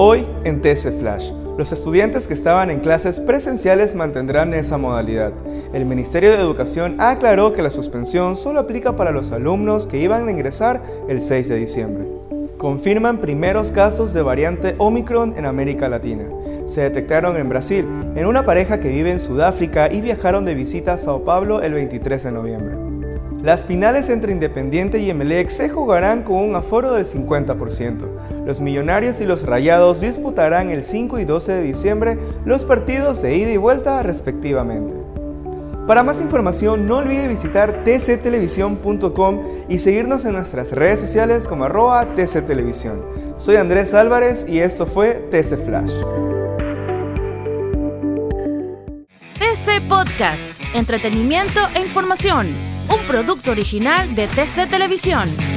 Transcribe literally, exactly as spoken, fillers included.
Hoy en T C Flash, los estudiantes que estaban en clases presenciales mantendrán esa modalidad. El Ministerio de Educación aclaró que la suspensión solo aplica para los alumnos que iban a ingresar el seis de diciembre. Confirman primeros casos de variante Omicron en América Latina. Se detectaron en Brasil, en una pareja que vive en Sudáfrica y viajaron de visita a Sao Paulo el veintitrés de noviembre. Las finales entre Independiente y Emelec se jugarán con un aforo del cincuenta por ciento. Los Millonarios y los Rayados disputarán el cinco y doce de diciembre los partidos de ida y vuelta respectivamente. Para más información no olvide visitar t c televisión punto com y seguirnos en nuestras redes sociales como arroba tctelevisión. Soy Andrés Álvarez y esto fue T C Flash. T C Podcast, entretenimiento e información, un producto original de T C Televisión.